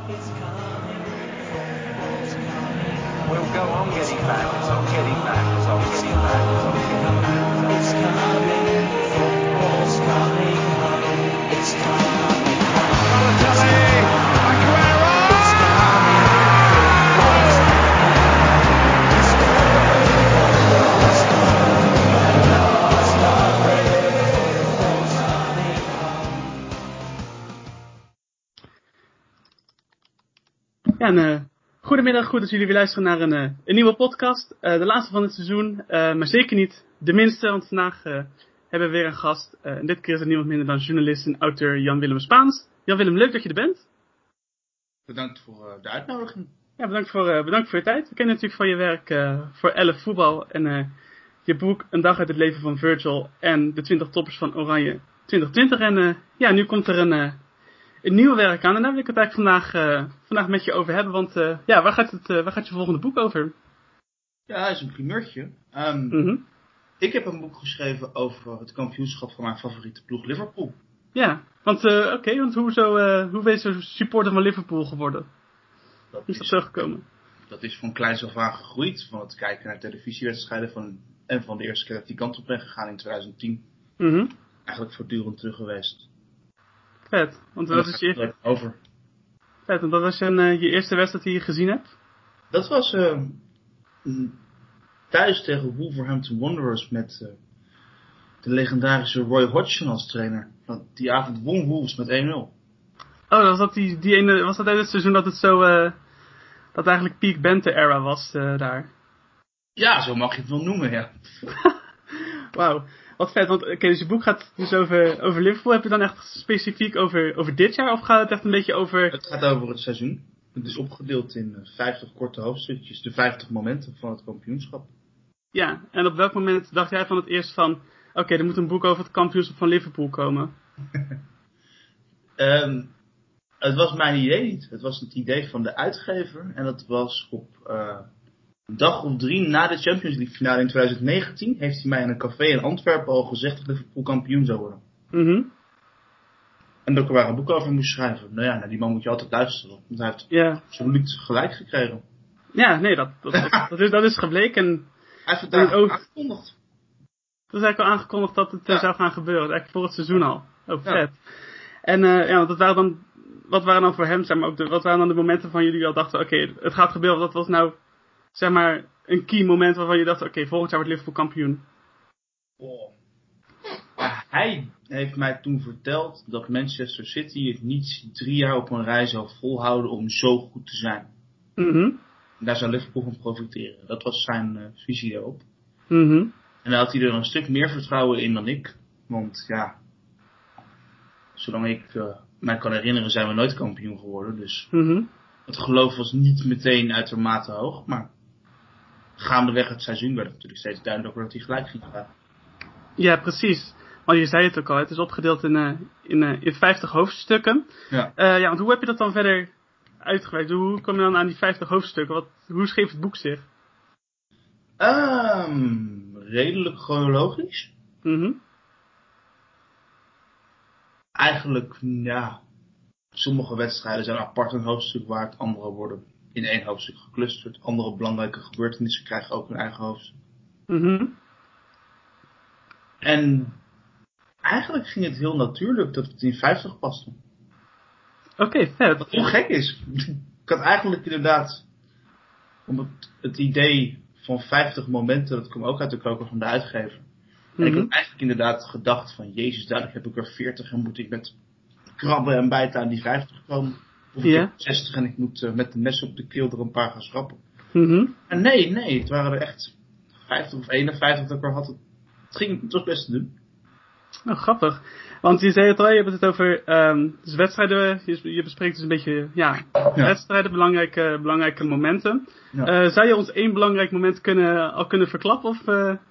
We'll go on getting backwards, on getting backwards, on getting backwards, on getting backwards. It's coming, football's coming home. It's coming home. Balotelli, Aguero! It's coming, football's coming home. It's coming, football's coming home. It's coming, football's coming home. Ja, goedemiddag, goed dat jullie weer luisteren naar een nieuwe podcast. De laatste van het seizoen, maar zeker niet de minste, want vandaag hebben we weer een gast. En dit keer is het niemand minder dan journalist en auteur Jan-Willem Spaans. Jan-Willem, leuk dat je er bent. Bedankt voor de uitnodiging. Ja, bedankt voor je tijd. We kennen natuurlijk van je werk voor 11 voetbal en je boek Een dag uit het leven van Virgil en de 20 toppers van Oranje 2020. En ja, nu komt er een nieuw werk aan en daar wil ik het eigenlijk vandaag met je over hebben, want ja, waar gaat je volgende boek over? Ja, dat is een primeurtje. Ik heb een boek geschreven over het kampioenschap van mijn favoriete ploeg Liverpool. Ja, want want hoe ben je zo supporter van Liverpool geworden? Hoe is dat zo gekomen? Dat is van kleins af aan gegroeid, van het kijken naar televisiewedstrijden van de eerste keer dat ik die kant op ben gegaan in 2010. Eigenlijk voortdurend terug geweest. Vet, want dat is je over. Vet, want dat was je eerste wedstrijd die je gezien hebt? Dat was thuis tegen Wolverhampton Wanderers met de legendarische Roy Hodgson als trainer. Die avond won Wolves met 1-0. Oh, was dat was dat uit het seizoen dat het zo dat eigenlijk peak Bente era was daar? Ja, zo mag je het wel noemen, ja. Wauw. Wat vet, want dus je boek gaat dus over Liverpool. Heb je dan echt specifiek over dit jaar of gaat het echt een beetje over... Het gaat over het seizoen. Het is opgedeeld in 50 korte hoofdstukjes, de 50 momenten van het kampioenschap. Ja, en op welk moment dacht jij van het eerst van... Oké, er moet een boek over het kampioenschap van Liverpool komen? Het was mijn idee niet. Het was het idee van de uitgever. En dat was op een dag of 3 na de Champions League finale in 2019... heeft hij mij in een café in Antwerpen al gezegd dat Liverpool kampioen zou worden. En dat ik er waar een boek over moest schrijven. Nou ja, naar die man moet je altijd luisteren. Want hij heeft absoluut gelijk gekregen. Ja, nee, dat is gebleken. Hij heeft het daar aangekondigd. Dat is eigenlijk al aangekondigd dat het zou gaan gebeuren. Eigenlijk voor het seizoen al. Oh, vet. Ja. En wat waren dan voor hem, zeg maar, wat waren dan de momenten van jullie al dachten, oké, het gaat gebeuren. Wat was nou, zeg maar, een key moment waarvan je dacht, oké, volgend jaar wordt Liverpool kampioen? Oh. Hij heeft mij toen verteld dat Manchester City het niet 3 jaar op een rij zou volhouden om zo goed te zijn. En daar zou Liverpool van profiteren. Dat was zijn visie daarop. En daar had hij er een stuk meer vertrouwen in dan ik. Want ja, zolang ik mij kan herinneren zijn we nooit kampioen geworden. Dus het geloof was niet meteen uitermate hoog. Maar gaandeweg het seizoen werd het natuurlijk steeds duidelijker dat hij gelijk ging krijgen. Ja, precies. Want je zei het ook al, het is opgedeeld in 50 hoofdstukken. Ja. Want hoe heb je dat dan verder uitgewerkt? Hoe kom je dan aan die 50 hoofdstukken? Hoe schreef het boek zich? Redelijk chronologisch. Eigenlijk, ja. Sommige wedstrijden zijn apart een hoofdstuk waard. Andere worden in 1 hoofdstuk geclusterd. Andere belangrijke gebeurtenissen krijgen ook een eigen hoofdstuk. En eigenlijk ging het heel natuurlijk dat het in 50 paste. Oké, vet. Wat heel gek is. Ik had eigenlijk inderdaad, om het idee van 50 momenten, dat kwam ook uit de koker van de uitgever. En ik had eigenlijk inderdaad gedacht van, jezus, dadelijk heb ik er 40 en moet ik met krabben en bijten aan die 50 komen. Of ik heb 60 en ik moet met de mes op de keel er een paar gaan schrappen. En nee, het waren er echt 50 of 51 dat ik er had. Het was best te doen. Oh, grappig. Want je zei het al, je hebt het over dus wedstrijden, je bespreekt dus een beetje wedstrijden, belangrijke momenten. Ja. Zou je ons 1 belangrijk moment kunnen verklappen? Of,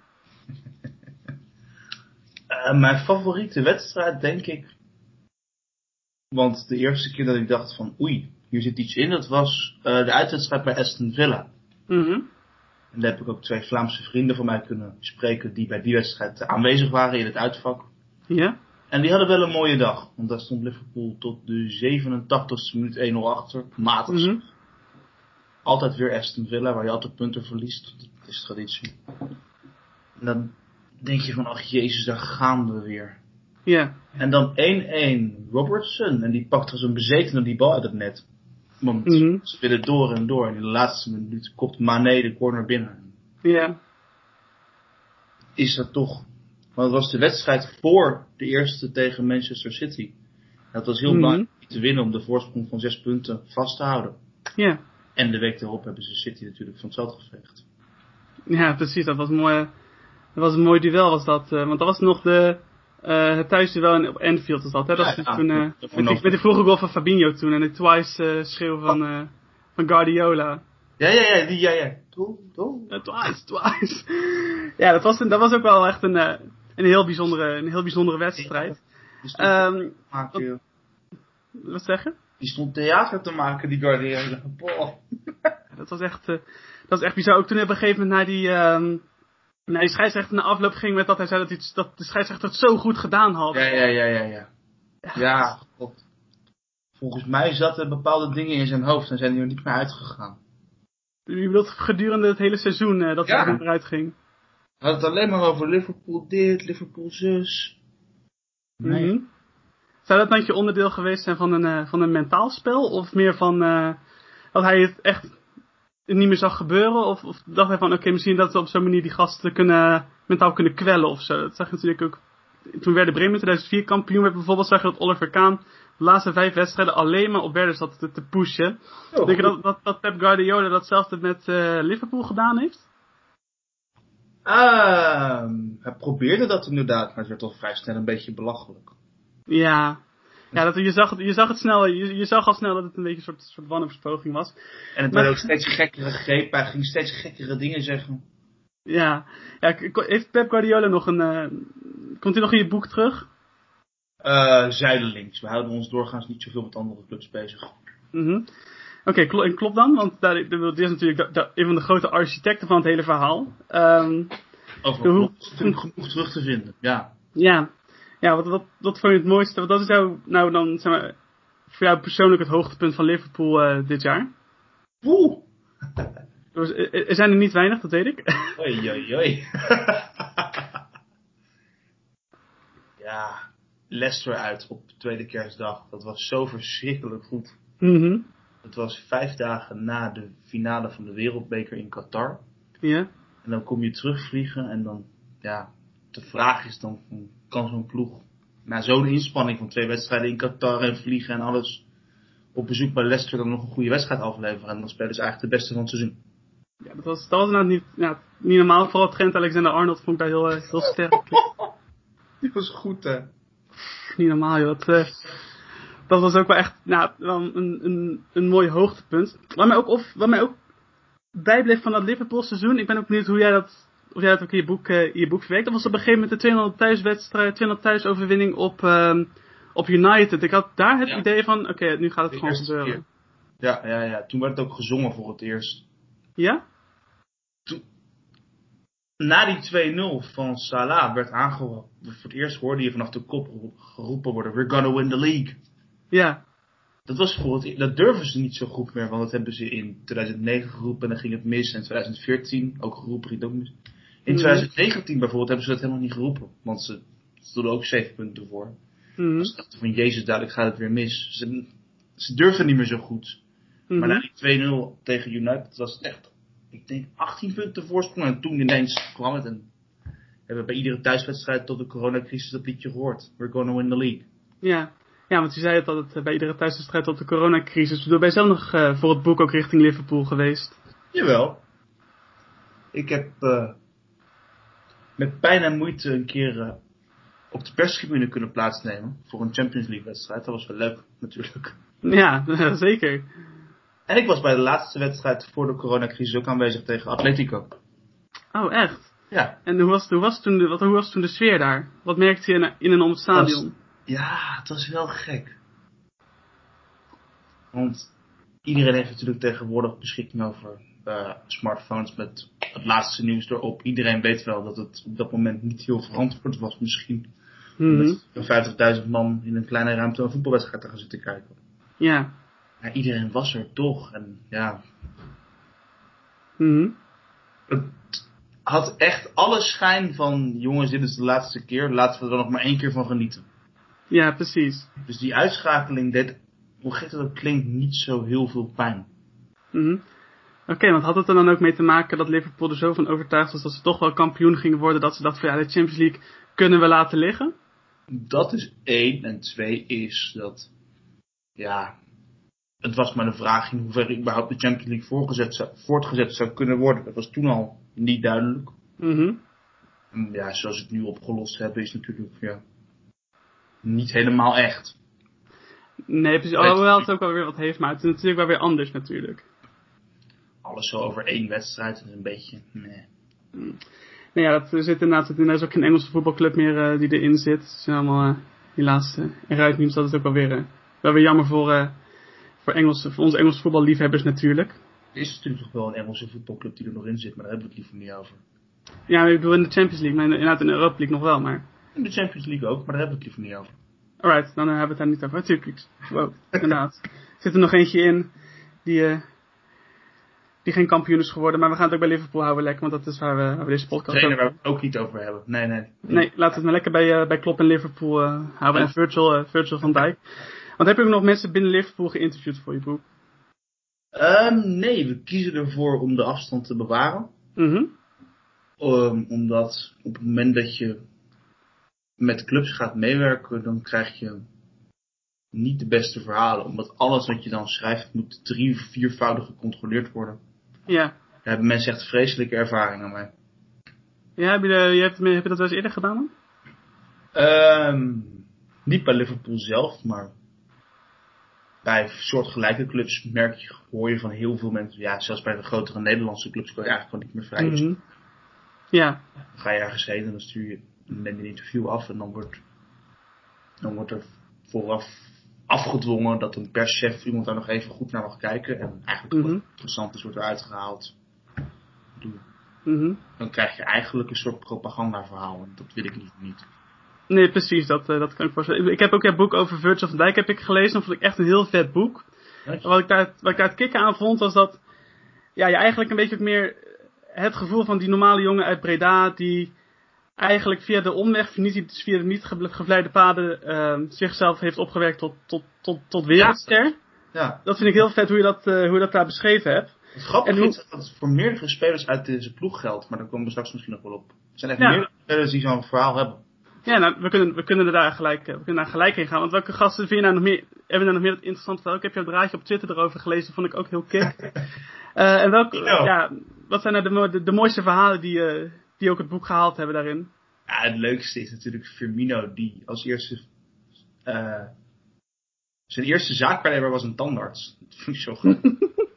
Mijn favoriete wedstrijd, denk ik. Want de eerste keer dat ik dacht van oei, hier zit iets in, dat was de uitwedstrijd bij Aston Villa. En daar heb ik ook 2 Vlaamse vrienden van mij kunnen spreken die bij die wedstrijd aanwezig waren in het uitvak. Ja? En die hadden wel een mooie dag. Want daar stond Liverpool tot de 87e minuut 1-0 achter. Matig. Mhm. Altijd weer Aston Villa, waar je altijd punten verliest. Dat is traditie. En dan denk je van, ach jezus, daar gaan we weer. Ja. En dan 1-1 Robertson. En die pakt als een bezetene die bal uit het net. Want ze willen door en door. En in de laatste minuut kopt Mané de corner binnen. Ja. Is dat toch... Want het was de wedstrijd voor de eerste tegen Manchester City. Dat was heel belangrijk om te winnen om de voorsprong van 6 punten vast te houden. Ja. En de week erop hebben ze City natuurlijk van het veld geveegd. Ja, precies. Dat was een mooi duel was dat. Want dat was nog het thuisduel op Anfield was dat. Hè? Dat toen, met die vroege goal van Fabinho toen. En de twice schreeuw van Guardiola. Ja. Twice. Ja, dat was ook wel echt een heel bijzondere wedstrijd. Wat zeggen? Die stond theater te maken, die Guardiola. Dat was echt bizar. Ook toen op een gegeven moment naar die scheidsrechter na afloop ging met dat hij zei dat de scheidsrechter het zo goed gedaan had. Ja, god. Volgens mij zaten bepaalde dingen in zijn hoofd en zijn die er niet meer uitgegaan. Je bedoelt gedurende het hele seizoen dat hij eruit ging? Hij had het alleen maar over Liverpool dit, Liverpool zus. Nee. Mm-hmm. Zou dat dan je onderdeel geweest zijn van een mentaal spel? Of meer van dat hij het echt niet meer zag gebeuren? Of dacht hij van oké, misschien dat we op zo'n manier die gasten mentaal kunnen kwellen of zo? Dat zag je natuurlijk ook. Toen Werder Bremen in 2004 kampioen werd bijvoorbeeld, zag je dat Oliver Kahn de laatste 5 wedstrijden alleen maar op Werder zat te pushen. Denk je dat Pep Guardiola datzelfde met Liverpool gedaan heeft? Hij probeerde dat inderdaad, maar het werd al vrij snel een beetje belachelijk. Ja, je zag het snel. Je zag al snel dat het een beetje een soort wanhoopspoging was. En het werd ook steeds gekkere grepen. Hij ging steeds gekkere dingen zeggen. Ja. Heeft Pep Guardiola nog komt hij nog in je boek terug? Zijdelings. We houden ons doorgaans niet zoveel met andere clubs bezig. Mm-hmm. Oké, klopt dan? Want dit is natuurlijk een van de grote architecten van het hele verhaal. Overal is natuurlijk genoeg terug te vinden. Ja, wat vond je het mooiste? Wat is nou dan, zeg maar, voor jou persoonlijk het hoogtepunt van Liverpool dit jaar? Er zijn er niet weinig, dat weet ik. Oei. Ja, Leicester uit op tweede kerstdag. Dat was zo verschrikkelijk goed. Mm-hmm. Het was 5 dagen na de finale van de Wereldbeker in Qatar. Ja. En dan kom je terugvliegen en dan, de vraag is dan, kan zo'n ploeg na zo'n inspanning van 2 wedstrijden in Qatar en vliegen en alles op bezoek bij Leicester dan nog een goede wedstrijd afleveren. En dan spelen ze eigenlijk de beste van het seizoen. Ja, dat was nou niet normaal. Vooral Trent Alexander-Arnold vond ik daar heel sterk. Die was goed, hè? Niet normaal, joh. Dat was ook wel echt een mooi hoogtepunt. Wat mij ook bijbleef van dat Liverpool seizoen. Ik ben ook benieuwd of jij dat ook in je boek verwerkt. Dat was op een gegeven moment de 200 thuiswedstrijd, 200 thuisoverwinning op United. Ik had daar het idee van, oké, nu gaat het gewoon gebeuren. Ja. Toen werd het ook gezongen voor het eerst. Ja? Na die 2-0 van Salah werd aangehouden. Voor het eerst hoorde je vanaf de kop geroepen worden: we're gonna win the league. Ja. Dat durven ze niet zo goed meer, want dat hebben ze in 2009 geroepen en dan ging het mis. En in 2014 ook geroepen, ging het ook mis. In 2019 bijvoorbeeld hebben ze dat helemaal niet geroepen, want ze stonden ook 7 punten voor. Ze dachten van jezus, dadelijk gaat het weer mis. Ze durfden niet meer zo goed. Maar na die 2-0 tegen United was het echt, ik denk 18 punten voorsprong. En toen ineens kwam het en hebben we bij iedere thuiswedstrijd tot de coronacrisis dat liedje gehoord. We're gonna win the league. Ja, want je zei het altijd bij iedere thuiswedstrijd tot de coronacrisis. Ben je zelf nog voor het boek ook richting Liverpool geweest? Jawel. Ik heb met pijn en moeite een keer op de perstribune kunnen plaatsnemen voor een Champions League wedstrijd. Dat was wel leuk natuurlijk. Ja, zeker. En ik was bij de laatste wedstrijd voor de coronacrisis ook aanwezig tegen Atletico. Oh, echt? Ja. En hoe was toen de sfeer daar? Wat merkte je in en om het stadion? Het was wel gek. Want iedereen heeft natuurlijk tegenwoordig beschikking over smartphones met het laatste nieuws erop. Iedereen weet wel dat het op dat moment niet heel verantwoord was misschien Met 50.000 man in een kleine ruimte een voetbalwedstrijd te gaan zitten kijken. Ja. Ja, iedereen was er toch. En ja. Het had echt alle schijn van, jongens, dit is de laatste keer. Laten we er nog maar 1 keer van genieten. Ja, precies. Dus die uitschakeling deed, hoe gek dat klinkt, niet zo heel veel pijn. Oké, want had het er dan ook mee te maken dat Liverpool er zo van overtuigd was dat ze toch wel kampioen gingen worden, dat ze dachten van ja, de Champions League kunnen we laten liggen? Dat is 1. En 2 is dat, ja, het was maar een vraag in hoeverre überhaupt de Champions League voortgezet zou kunnen worden. Dat was toen al niet duidelijk. En ja, zoals het nu opgelost hebben is natuurlijk niet helemaal echt. Nee, precies. Alhoewel het ook wel weer wat heeft, maar het is natuurlijk wel weer anders natuurlijk. Alles zo over 1 wedstrijd is een beetje, Nou ja, er is ook geen Engelse voetbalclub meer die erin zit. Het zijn allemaal helaas eruit nieuws. Dat is ook wel weer jammer voor onze Engelse voetballiefhebbers natuurlijk. Er is natuurlijk toch wel een Engelse voetbalclub die er nog in zit, maar daar hebben we het liever niet over. Ja, ik bedoel in de Champions League, maar inderdaad in de Europa League nog wel, maar... In de Champions League ook, maar daar hebben we het liever niet over. Alright, dan hebben we het daar niet over. Natuurlijk. Wow, inderdaad. Er zit er nog eentje in die geen kampioen is geworden, maar we gaan het ook bij Liverpool houden lekker, want dat is waar we deze podcast Trainer waar we het ook niet over hebben. Nee. Nee, laten we het maar lekker bij Klopp en Liverpool houden en Virgil van Dijk. Want heb je ook nog mensen binnen Liverpool geïnterviewd voor je boek? Nee, we kiezen ervoor om de afstand te bewaren. Omdat op het moment dat je met clubs gaat meewerken, dan krijg je niet de beste verhalen. Omdat alles wat je dan schrijft moet 3- of 4-voudig gecontroleerd worden. Ja. Daar hebben mensen echt vreselijke ervaringen mee. Ja, heb je dat wel eens eerder gedaan dan? Niet bij Liverpool zelf, maar bij soortgelijke clubs hoor je van heel veel mensen. Ja, zelfs bij de grotere Nederlandse clubs kun je eigenlijk gewoon niet meer vrij. Ja. Dan ga je ergens heen en dan neem je een interview af en dan wordt er vooraf afgedwongen dat een perschef iemand daar nog even goed naar mag kijken. En eigenlijk wat interessant is, wordt eruit gehaald. Dan krijg je eigenlijk een soort propagandaverhaal en dat wil ik niet. Nee, precies, dat kan ik voorstellen. Ik heb ook het boek over Virgil van Dijk heb ik gelezen, dat vond ik echt een heel vet boek. Wat ik daar het kicken aan vond, was dat je eigenlijk een beetje ook meer het gevoel van die normale jongen uit Breda, die eigenlijk via de omweg, via de niet gevleide paden, zichzelf heeft opgewerkt tot wereldster. Ja. Dat vind ik heel vet hoe je dat daar beschreven hebt. Het grappige is dat het voor meerdere spelers uit deze ploeg geldt, maar daar komen we straks misschien nog wel op. Er zijn echt meerdere spelers die zo'n verhaal hebben. Ja, nou, we kunnen daar gelijk in gaan. Want welke gasten vind je nou nog meer? Hebben we nou nog meer dat interessant verhaal? Ik heb jouw draadje op Twitter erover gelezen, vond ik ook heel kick. En wat zijn nou de mooiste verhalen die ook het boek gehaald hebben daarin? Ja, het leukste is natuurlijk Firmino, die als eerste zijn eerste zaakwaarnemer was een tandarts. Dat vond ik zo grappig.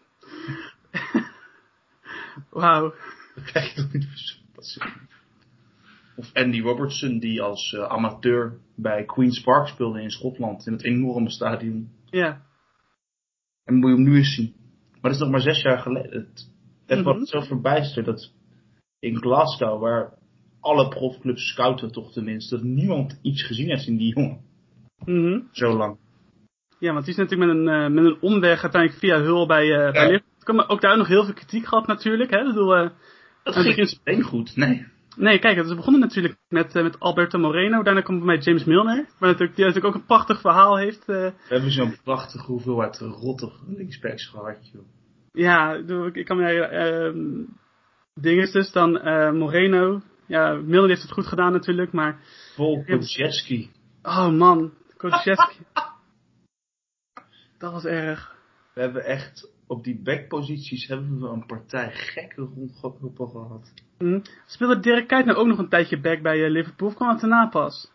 Wauw. Dat krijg je toch niet voor. Of Andy Robertson, die als amateur bij Queen's Park speelde in Schotland, in het enorme stadion. Ja. En moet je hem nu eens zien. Maar dat is nog maar 6 jaar geleden. Het was zo verbijsterd dat in Glasgow, waar alle profclubs scouten toch tenminste, dat niemand iets gezien heeft in die jongen. Zo lang. Ja, want die is natuurlijk met een omweg uiteindelijk via Hull bij Liverpool. Ook daar nog heel veel kritiek gehad natuurlijk. Hè? Dat ging meteen goed, nee. Nee, kijk, het is begonnen natuurlijk met Alberto Moreno. Daarna komt bij James Milner. Die natuurlijk ook een prachtig verhaal heeft. We hebben zo'n prachtige hoeveelheid rottig linksbacks gehad, joh. Ja, ik kan me dingen dus dan Moreno. Ja, Milner heeft het goed gedaan natuurlijk, maar... Vol Kulusevski. Oh man, Kulusevski. Dat was erg. We hebben echt... Op die backposities hebben we een partij gekke rondgroepen gehad. Speelde Dirk Kuyt nou ook nog een tijdje back bij Liverpool? Of kwam het daarna pas?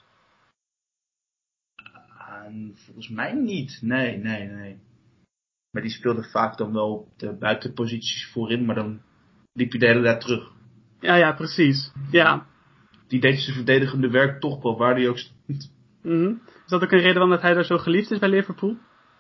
Volgens mij niet. Nee. Maar die speelde vaak dan wel de buitenposities voorin, maar dan liep hij de hele tijd terug. Ja, precies. Ja. Die deed zijn verdedigende werk toch wel, waar hij ook stond. Is dat ook een reden waarom dat hij daar zo geliefd is bij Liverpool?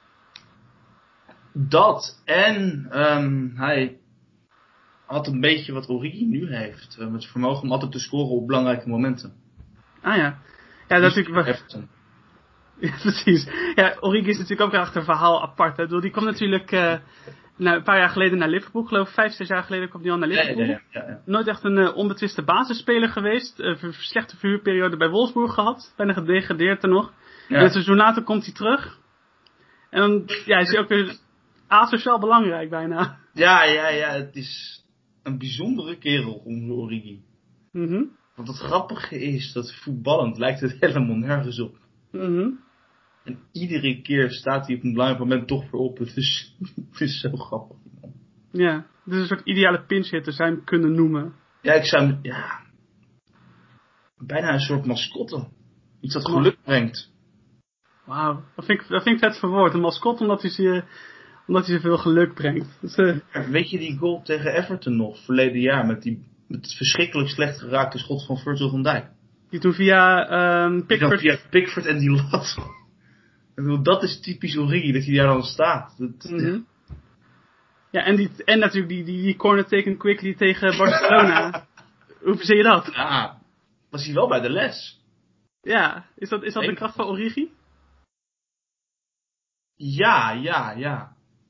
Dat, en hij had een beetje wat Origi nu heeft. Het vermogen om altijd te scoren op belangrijke momenten. Ah ja. Ja, natuurlijk. Everton. Ja, precies. Ja, Origi is natuurlijk ook echt een verhaal apart. Hè. Die kwam natuurlijk een paar jaar geleden naar Liverpool. Ik geloof 5-6 jaar geleden kwam hij al naar Liverpool. Ja. Nooit echt een onbetwiste basisspeler geweest. Slechte verhuurperiode bij Wolfsburg gehad. Bijna gedegradeerd er nog. Ja. En het seizoen later komt hij terug. En dan is hij ook weer asociaal belangrijk bijna. Ja, het is een bijzondere kerel, onze Origi. Mm-hmm. Want het grappige is dat voetballend lijkt het helemaal nergens op. Mm-hmm. En iedere keer staat hij op een belangrijk moment toch weer op. Het is zo grappig. Man. Ja, dus een soort ideale pinch-hitter zou je hem kunnen noemen. Ja, ik zou hem, bijna een soort mascotte. Iets dat geluk brengt. Wauw, dat vind ik vet verwoord. Een mascotte omdat hij zoveel geluk brengt. Dus, weet je die goal tegen Everton nog, verleden jaar, met het verschrikkelijk slecht geraakte schot van Virgil van Dijk? Die toen via Pickford... Via Pickford en die lat. Ik bedoel, dat is typisch Origi, dat hij daar dan staat. Mm-hmm. Ja, en natuurlijk die corner taken quickly tegen Barcelona. Hoe verzin je dat? Ja, was hij wel bij de les. Ja, is dat de kracht van Origi? Ja.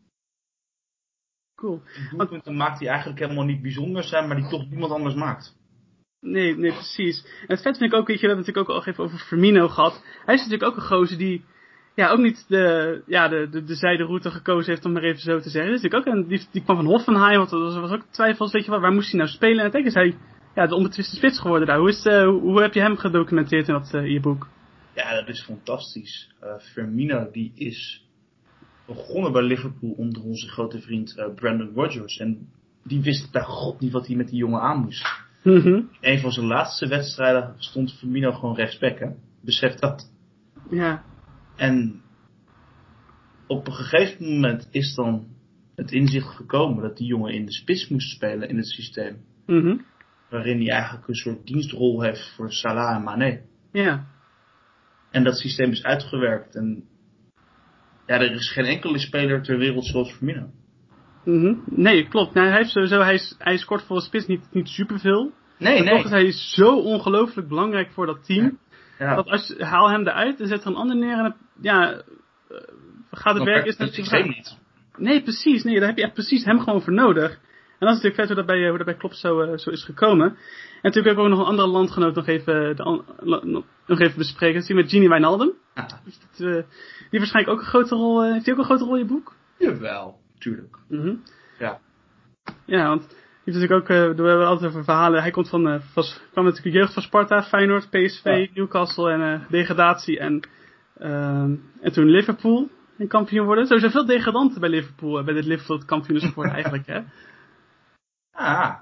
Cool. Doelpunten maakt hij eigenlijk helemaal niet bijzonder zijn, maar die toch niemand anders maakt. Nee, precies. En het vet vind ik ook, weet je, we hebben het natuurlijk ook al even over Firmino gehad. Hij is natuurlijk ook een gozer die, ook niet de zijderoute gekozen heeft, om maar even zo te zeggen. Dus ook die kwam van Hoffenheim, want er was ook twijfels, weet je wel, waar moest hij nou spelen? En uiteindelijk is hij de onbetwiste spits geworden daar. Hoe heb je hem gedocumenteerd in je boek? Ja, dat is fantastisch. Firmino, die is begonnen bij Liverpool onder onze grote vriend Brendan Rodgers. En die wist bij God niet wat hij met die jongen aan moest. Mm-hmm. In een van zijn laatste wedstrijden stond Firmino gewoon rechtsback, hè? Besef dat. Ja. En op een gegeven moment is dan het inzicht gekomen dat die jongen in de spits moest spelen in het systeem. Mm-hmm. Waarin hij eigenlijk een soort dienstrol heeft voor Salah en Mané. Ja. En dat systeem is uitgewerkt. En ja, er is geen enkele speler ter wereld zoals Firmino. Mm-hmm. Nee, klopt. Nou, hij heeft sowieso, hij scoort voor een spits niet superveel. Nee. Toch is hij zo ongelooflijk belangrijk voor dat team. Ja. Dat haal hem eruit en zet er een ander neer en gaat het werk is het systeem niet. Nee, precies. Nee, daar heb je echt precies hem gewoon voor nodig. En dat is natuurlijk vet hoe dat bij Klopp zo is gekomen. En natuurlijk ook nog een andere landgenoot nog even bespreken. Dat is met Gini Wijnaldum. Ja. Die waarschijnlijk ook een grote rol... heeft hij ook een grote rol in je boek? Jawel, tuurlijk. Mm-hmm. Ja. Ja, want die heeft natuurlijk ook... we hebben altijd over verhalen. Hij komt kwam natuurlijk jeugd van Sparta, Feyenoord, PSV, Newcastle en degradatie. En toen Liverpool en kampioen worden. Sowieso veel degradanten bij Liverpool. Bij dit Liverpool kampioen is geworden eigenlijk, hè? Ah.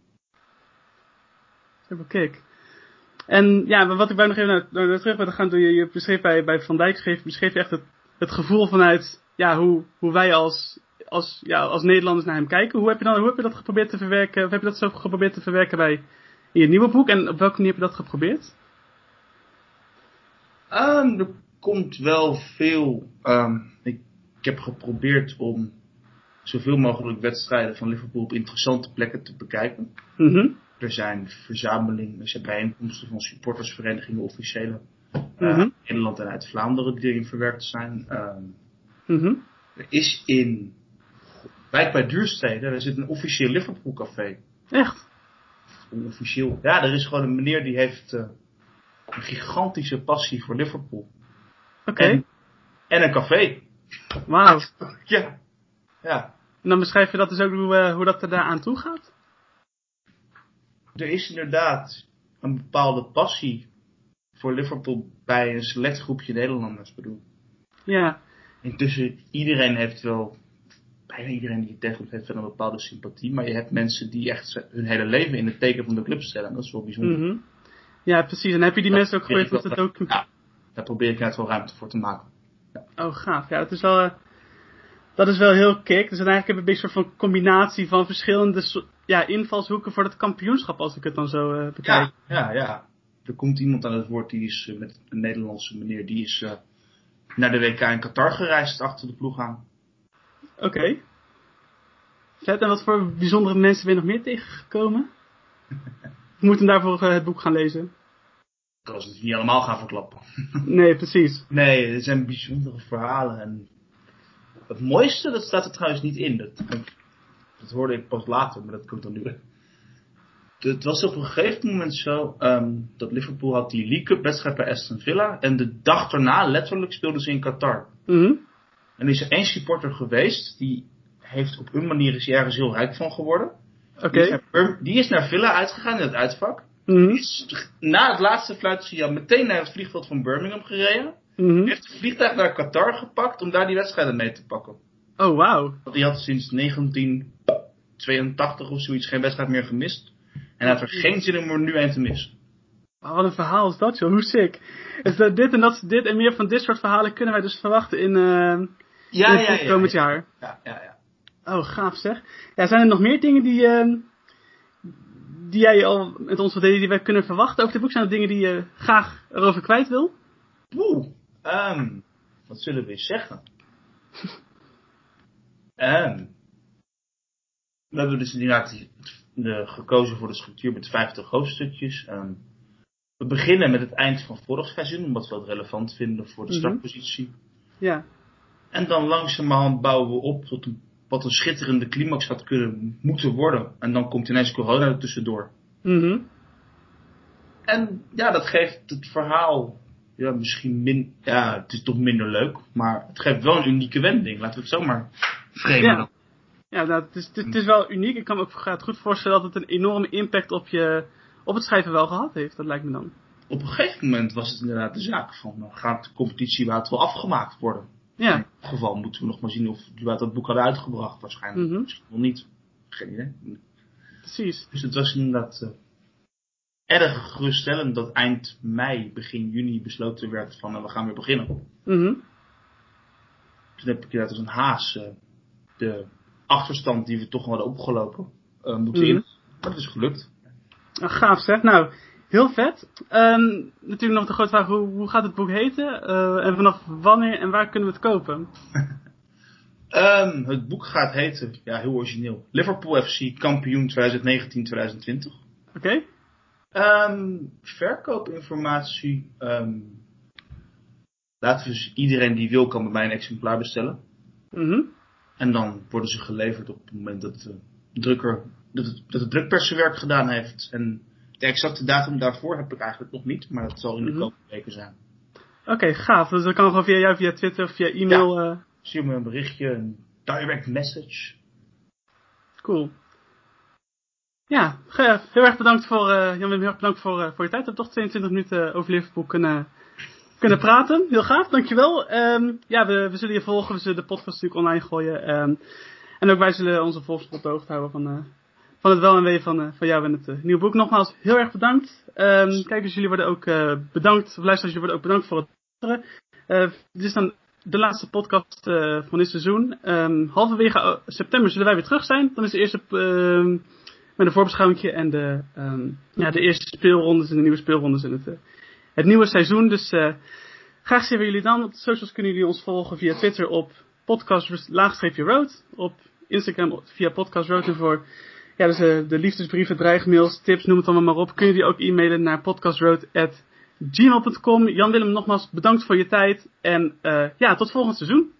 Even kijk. En ja, wat ik bij nog even naar terug ben gaan doen. Je beschreef bij Van Dijk beschreef je echt het gevoel vanuit hoe wij als Nederlanders naar hem kijken. Hoe heb je dat geprobeerd te verwerken? Of heb je dat zo geprobeerd te verwerken in je nieuwe boek? En op welke manier heb je dat geprobeerd? Er komt wel veel. Ik heb geprobeerd om zoveel mogelijk wedstrijden van Liverpool op interessante plekken te bekijken. Mm-hmm. Er zijn bijeenkomsten van supportersverenigingen, officiële, Mm-hmm. Nederland en uit Vlaanderen die erin verwerkt zijn. Mm-hmm. Er is in Wijk bij Duurstede, er zit een officieel Liverpool café. Echt? Officieel. Ja, er is gewoon een meneer die heeft een gigantische passie voor Liverpool. Oké. En een café. Wauw. Ja. En dan beschrijf je dat dus ook hoe dat er daar aan toe gaat? Er is inderdaad een bepaalde passie voor Liverpool bij een select groepje Nederlanders, bedoel. Ja. Intussen, bijna iedereen die je tegenkomt heeft wel een bepaalde sympathie, maar je hebt mensen die echt hun hele leven in het teken van de club stellen. Dat is wel bijzonder. Mm-hmm. Ja, precies. En heb je die mensen ook geprobeerd om te documenteren? Ja, daar probeer ik net wel ruimte voor te maken. Ja. Oh, gaaf. Ja, dat is wel heel kick. Dus eigenlijk heb ik een beetje een soort van combinatie van verschillende invalshoeken voor het kampioenschap, als ik het dan zo bekijk. Ja. Er komt iemand aan het woord, die is met een Nederlandse meneer, die is naar de WK in Qatar gereisd achter de ploeg aan. Oké. Vet. En wat voor bijzondere mensen ben je nog meer tegengekomen? We moeten daarvoor het boek gaan lezen. kan ze het niet allemaal gaan verklappen. Nee, precies. Nee, het zijn bijzondere verhalen. En het mooiste, dat staat er trouwens niet in. Dat hoorde ik pas later, maar dat komt dan nu. Het was op een gegeven moment zo dat Liverpool had die League Cup wedstrijd bij Aston Villa. En de dag daarna letterlijk speelden ze in Qatar. Mm-hmm. En er is er één supporter geweest, die heeft op een manier is ergens heel rijk van geworden. Oké. Die is naar Villa uitgegaan in het uitvak. Mm-hmm. Die is na het laatste fluitsignaal meteen naar het vliegveld van Birmingham gereden. Mm-hmm. Heeft het vliegtuig naar Qatar gepakt om daar die wedstrijden mee te pakken. Oh, wauw. Die had sinds 1982 of zoiets geen wedstrijd meer gemist. En hij had er geen zin in om er nu een te missen. Oh, wat een verhaal is dat, joh. Hoe sick. Dus dit en meer van dit soort verhalen kunnen wij dus verwachten in het komend jaar. Ja. Oh, gaaf zeg. Ja, zijn er nog meer dingen die jij al met ons verdedigt, die wij kunnen verwachten over dit boek? Zijn er dingen die je graag erover kwijt wil? Wat zullen we eens zeggen? We hebben dus inderdaad gekozen voor de structuur met 50 hoofdstukjes. We beginnen met het eind van vorig seizoen, omdat we het relevant vinden voor de startpositie. Ja. En dan langzamerhand bouwen we op tot wat een schitterende climax had moeten worden. En dan komt ineens corona er tussendoor. Mm-hmm. En ja, dat geeft het verhaal misschien het is toch minder leuk, maar het geeft wel een unieke wending. Laten we het zomaar framen. Ja, nou, het is wel uniek. Ik kan me ook goed voorstellen dat het een enorme impact op het schrijven wel gehad heeft. Dat lijkt me dan. Op een gegeven moment was het inderdaad de zaak van, gaat de competitie überhaupt wel afgemaakt worden? Ja. In dit geval moeten we nog maar zien of we dat boek hadden uitgebracht. Waarschijnlijk misschien wel niet. Geen idee. Precies. Dus het was inderdaad erg geruststellend dat eind mei, begin juni besloten werd van we gaan weer beginnen. Mm-hmm. Toen heb ik inderdaad als een haas de achterstand die we toch hadden opgelopen moeten in. Maar dat is gelukt. Gaaf zeg. Nou, heel vet. Natuurlijk nog de grote vraag, hoe gaat het boek heten? En vanaf wanneer en waar kunnen we het kopen? Het boek gaat heten, heel origineel, Liverpool FC kampioen 2019-2020. Oké. Verkoopinformatie. Laten we iedereen die wil kan bij mij een exemplaar bestellen. Mm-hmm. En dan worden ze geleverd op het moment dat de drukpers zijn werk gedaan heeft. En de exacte datum daarvoor heb ik eigenlijk nog niet, maar dat zal in de komende weken zijn. Oké, gaaf. Dus dat kan gewoon via jou, via Twitter of via e-mail. Ja, stuur me een berichtje, een direct message. Cool. Ja, heel erg bedankt voor Jan-Willem, heel erg bedankt voor je tijd. We hebben toch 22 minuten over Liverpool kunnen praten. Heel gaaf, dankjewel. We zullen je volgen, we zullen de podcast natuurlijk online gooien. En ook wij zullen onze volgers op de hoogte houden van het wel en wee van jou en het nieuwe boek. Nogmaals, heel erg bedankt. Kijkers, jullie worden ook bedankt, of luisteraars, jullie worden ook bedankt voor het luisteren. Dit is dan de laatste podcast van dit seizoen. Halverwege september zullen wij weer terug zijn. Dan is de eerste met een voorbeschouwing en de eerste speelrondes en de nieuwe speelrondes in het nieuwe seizoen. Dus graag zien we jullie dan. Op de socials kunnen jullie ons volgen via Twitter op podcast_road. Op Instagram via podcastroad. En voor dus, de liefdesbrieven, dreigmails, tips, noem het allemaal maar op. Kun je die ook e-mailen naar podcastroad@gmail.com. Jan-Willem, nogmaals bedankt voor je tijd. En tot volgend seizoen.